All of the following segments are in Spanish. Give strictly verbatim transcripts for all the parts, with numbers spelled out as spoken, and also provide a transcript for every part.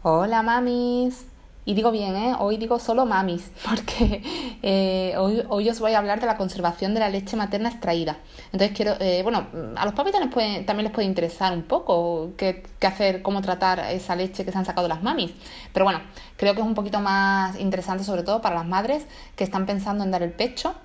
Hola mamis. Y digo bien, ¿eh? Hoy digo solo mamis, porque eh, hoy, hoy os voy a hablar de la conservación de la leche materna extraída. Entonces quiero, eh, bueno, a los papis también les puede, también les puede interesar un poco qué, qué hacer, cómo tratar esa leche que se han sacado las mamis. Pero bueno, creo que es un poquito más interesante sobre todo para las madres que están pensando en dar el pecho.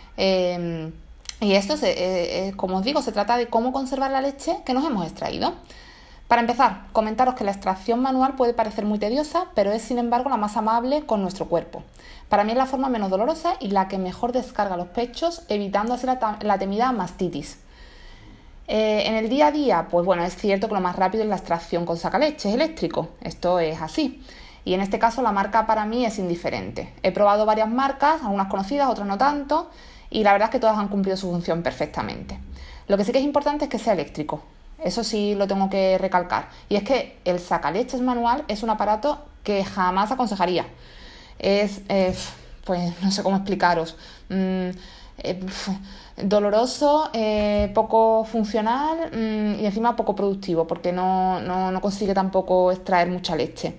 Eh, y esto, se, eh, eh, como os digo, se trata de cómo conservar la leche que nos hemos extraído. Para empezar, comentaros que la extracción manual puede parecer muy tediosa, pero es sin embargo la más amable con nuestro cuerpo. Para mí es la forma menos dolorosa y la que mejor descarga los pechos, evitando así la, la temida mastitis. Eh, en el día a día, pues bueno, es cierto que lo más rápido es la extracción con sacaleches eléctrico, esto es así. Y en este caso la marca para mí es indiferente. He probado varias marcas, algunas conocidas, otras no tanto, y la verdad es que todas han cumplido su función perfectamente. Lo que sí que es importante es que sea eléctrico. Eso sí lo tengo que recalcar. Y es que el sacaleches manual es un aparato que jamás aconsejaría. Es, eh, pues no sé cómo explicaros, mm, eh, doloroso, eh, poco funcional mm, y encima poco productivo, porque no, no, no consigue tampoco extraer mucha leche.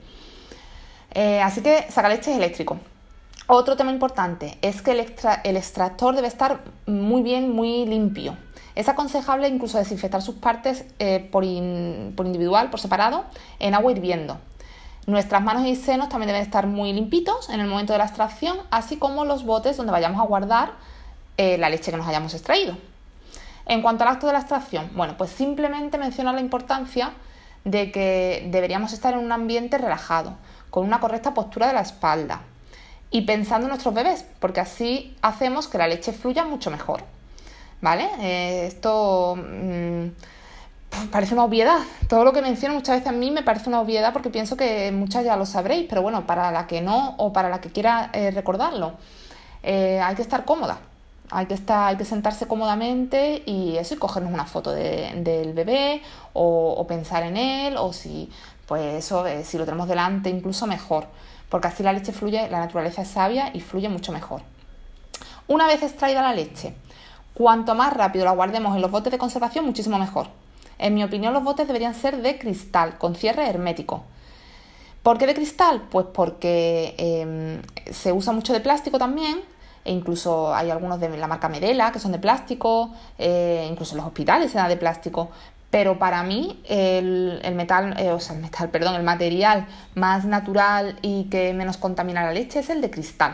Eh, así que sacaleches eléctrico. Otro tema importante es que el, extra, el extractor debe estar muy bien, muy limpio. Es aconsejable incluso desinfectar sus partes eh, por, in, por individual, por separado, en agua hirviendo. Nuestras manos y senos también deben estar muy limpitos en el momento de la extracción, así como los botes donde vayamos a guardar eh, la leche que nos hayamos extraído. En cuanto al acto de la extracción, bueno, pues simplemente mencionar la importancia de que deberíamos estar en un ambiente relajado, con una correcta postura de la espalda y pensando en nuestros bebés, porque así hacemos que la leche fluya mucho mejor. ¿Vale? Eh, esto mmm, parece una obviedad. Todo lo que menciono muchas veces a mí me parece una obviedad porque pienso que muchas ya lo sabréis, pero bueno, para la que no o para la que quiera eh, recordarlo, eh, hay que estar cómoda. Hay que, estar, hay que sentarse cómodamente y eso, y cogernos una foto de, del bebé o, o pensar en él, o si, pues eso, eh, si lo tenemos delante, incluso mejor, porque así la leche fluye, la naturaleza es sabia y fluye mucho mejor. Una vez extraída la leche, cuanto más rápido la guardemos en los botes de conservación, muchísimo mejor. En mi opinión, los botes deberían ser de cristal, con cierre hermético. ¿Por qué de cristal? Pues porque eh, se usa mucho de plástico también, e incluso hay algunos de la marca Medela que son de plástico, eh, incluso en los hospitales se da de plástico. Pero para mí el, el metal, eh, o sea, el metal, perdón, el material más natural y que menos contamina la leche es el de cristal.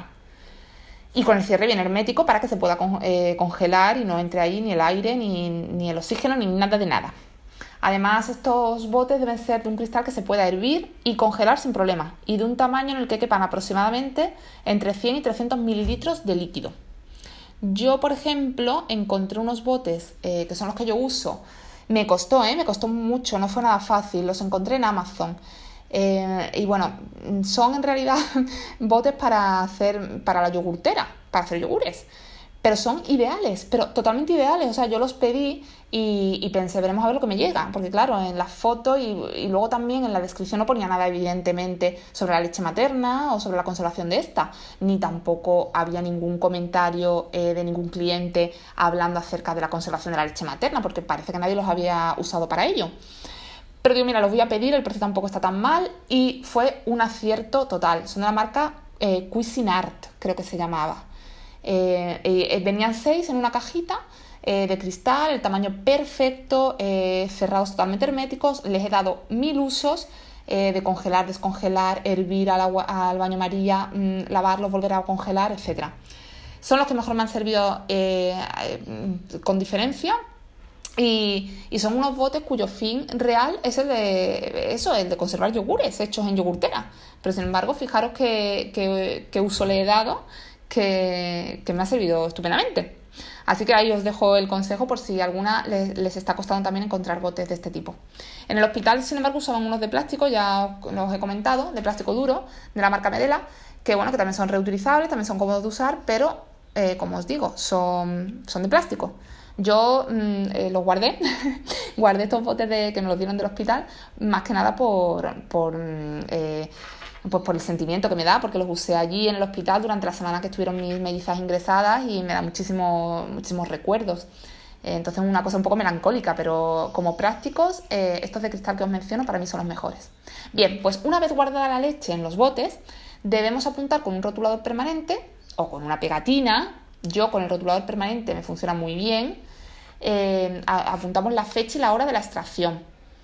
Y con el cierre bien hermético para que se pueda con, eh, congelar y no entre ahí ni el aire, ni, ni el oxígeno, ni nada de nada. Además, estos botes deben ser de un cristal que se pueda hervir y congelar sin problema, y de un tamaño en el que quepan aproximadamente entre cien y trescientos mililitros de líquido. Yo, por ejemplo, encontré unos botes eh, que son los que yo uso. Me costó, ¿eh? Me costó mucho, no fue nada fácil. Los encontré en Amazon. Eh, y bueno, son en realidad botes para hacer para la yogurtera, para hacer yogures, pero son ideales, pero totalmente ideales. O sea, yo los pedí y, y pensé, veremos a ver lo que me llega, porque claro, en las fotos y, y luego también en la descripción no ponía nada evidentemente sobre la leche materna o sobre la conservación de esta, ni tampoco había ningún comentario eh, de ningún cliente hablando acerca de la conservación de la leche materna, porque parece que nadie los había usado para ello. Pero digo, mira, los voy a pedir, el precio tampoco está tan mal y fue un acierto total. Son de la marca eh, Cuisinart, creo que se llamaba. Eh, eh, venían seis en una cajita eh, de cristal, el tamaño perfecto, eh, cerrados totalmente herméticos. Les he dado mil usos eh, de congelar, descongelar, hervir al, agua, al baño María, mmm, lavarlos, volver a congelar, etcétera. Son los que mejor me han servido eh, eh, con diferencia. Y, y son unos botes cuyo fin real es el de eso, el de conservar yogures hechos en yogurtera. Pero sin embargo, fijaros qué que, que uso le he dado, que, que me ha servido estupendamente. Así que ahí os dejo el consejo por si alguna les, les está costando también encontrar botes de este tipo. En el hospital, sin embargo, usaban unos de plástico, ya os he comentado, de plástico duro, de la marca Medela, que bueno, que también son reutilizables, también son cómodos de usar, pero eh, como os digo, son, son de plástico. Yo mmm, eh, los guardé, guardé estos botes de, que me los dieron del hospital, más que nada por, por, eh, pues por el sentimiento que me da, porque los usé allí en el hospital durante la semana que estuvieron mis mellizas ingresadas y me da muchísimo, muchísimos recuerdos. Entonces es una cosa un poco melancólica, pero como prácticos, eh, estos de cristal que os menciono para mí son los mejores. Bien, pues una vez guardada la leche en los botes, debemos apuntar con un rotulador permanente o con una pegatina. Yo con el rotulador permanente me funciona muy bien. Eh, a, apuntamos la fecha y la hora de la extracción.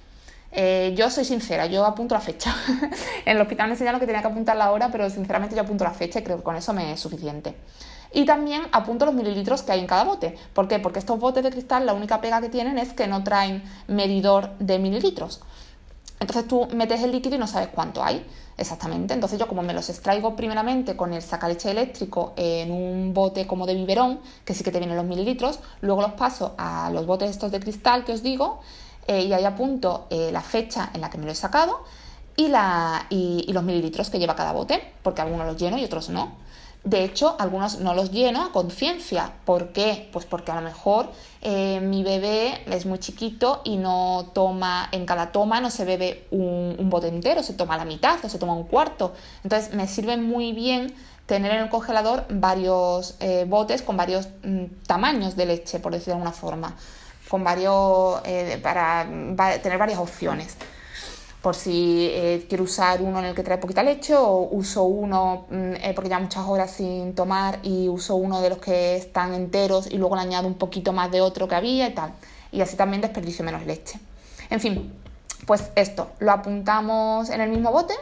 Eh, yo soy sincera, yo apunto la fecha. En el hospital me enseñaron que tenía que apuntar la hora, pero sinceramente yo apunto la fecha y creo que con eso me es suficiente. Y también apunto los mililitros que hay en cada bote. ¿Por qué? Porque estos botes de cristal la única pega que tienen es que no traen medidor de mililitros. Entonces tú metes el líquido y no sabes cuánto hay exactamente. Entonces yo, como me los extraigo primeramente con el sacaleche eléctrico en un bote como de biberón, que sí que te vienen los mililitros, luego los paso a los botes estos de cristal que os digo, eh, y ahí apunto eh, la fecha en la que me lo he sacado y, la, y, y los mililitros que lleva cada bote, porque algunos los lleno y otros no. De hecho, algunos no los lleno a conciencia. ¿Por qué? Pues porque a lo mejor eh, mi bebé es muy chiquito y no toma, en cada toma no se bebe un, un bote entero, se toma la mitad o se toma un cuarto. Entonces me sirve muy bien tener en el congelador varios eh, botes con varios mm, tamaños de leche, por decirlo de alguna forma, con varios, eh, para, para tener varias opciones. Por si eh, quiero usar uno en el que trae poquita leche, o uso uno eh, porque ya muchas horas sin tomar y uso uno de los que están enteros y luego le añado un poquito más de otro que había y tal. Y así también desperdicio menos leche. En fin, pues esto, lo apuntamos en el mismo bote,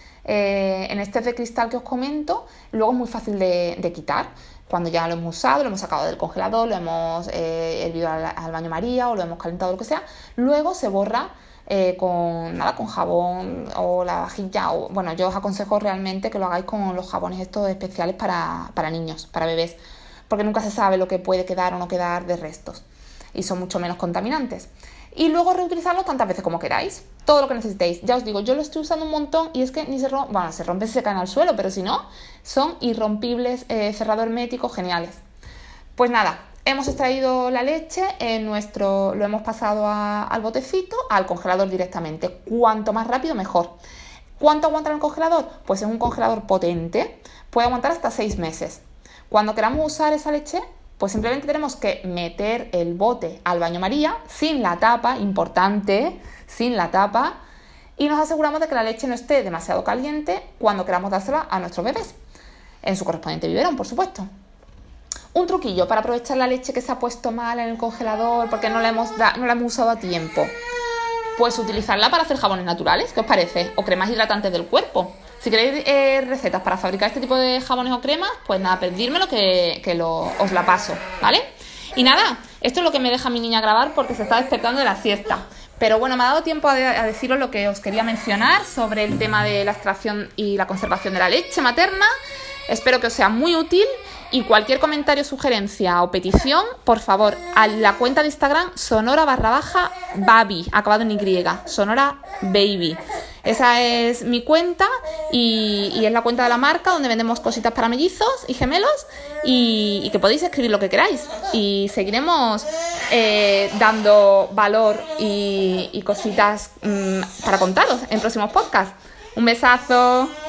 eh, en este de cristal que os comento, luego es muy fácil de, de quitar. Cuando ya lo hemos usado, lo hemos sacado del congelador, lo hemos eh, hervido al, al baño María o lo hemos calentado, lo que sea, luego se borra Eh, con nada, con jabón o la vajilla, o bueno, yo os aconsejo realmente que lo hagáis con los jabones estos especiales para, para niños, para bebés, porque nunca se sabe lo que puede quedar o no quedar de restos y son mucho menos contaminantes. Y luego reutilizarlos tantas veces como queráis, todo lo que necesitéis. Ya os digo, yo lo estoy usando un montón y es que ni se rompe, bueno, se rompe si se caen al suelo, pero si no, son irrompibles, eh, cerrado hermético, geniales. Pues nada, hemos extraído la leche, en nuestro, lo hemos pasado a, al botecito, al congelador directamente. Cuanto más rápido, mejor. ¿Cuánto aguanta en el congelador? Pues es un congelador potente, puede aguantar hasta seis meses. Cuando queramos usar esa leche, pues simplemente tenemos que meter el bote al baño María, sin la tapa, importante, sin la tapa, y nos aseguramos de que la leche no esté demasiado caliente cuando queramos dársela a nuestros bebés, en su correspondiente biberón, por supuesto. Un truquillo para aprovechar la leche que se ha puesto mal en el congelador porque no la hemos, da, no la hemos usado a tiempo. Pues utilizarla para hacer jabones naturales, ¿qué os parece? O cremas hidratantes del cuerpo. Si queréis eh, recetas para fabricar este tipo de jabones o cremas, pues nada, pedírmelo que, que lo, os la paso, ¿vale? Y nada, esto es lo que me deja mi niña grabar porque se está despertando de la siesta. Pero bueno, me ha dado tiempo a, de, a deciros lo que os quería mencionar sobre el tema de la extracción y la conservación de la leche materna. Espero que os sea muy útil. Y cualquier comentario, sugerencia o petición, por favor, a la cuenta de Instagram sonora barra baja baby, acabado en Y, sonora baby. Esa es mi cuenta y, y es la cuenta de la marca donde vendemos cositas para mellizos y gemelos y, y que podéis escribir lo que queráis. Y seguiremos eh, dando valor y, y cositas mmm, para contaros en próximos podcasts. Un besazo.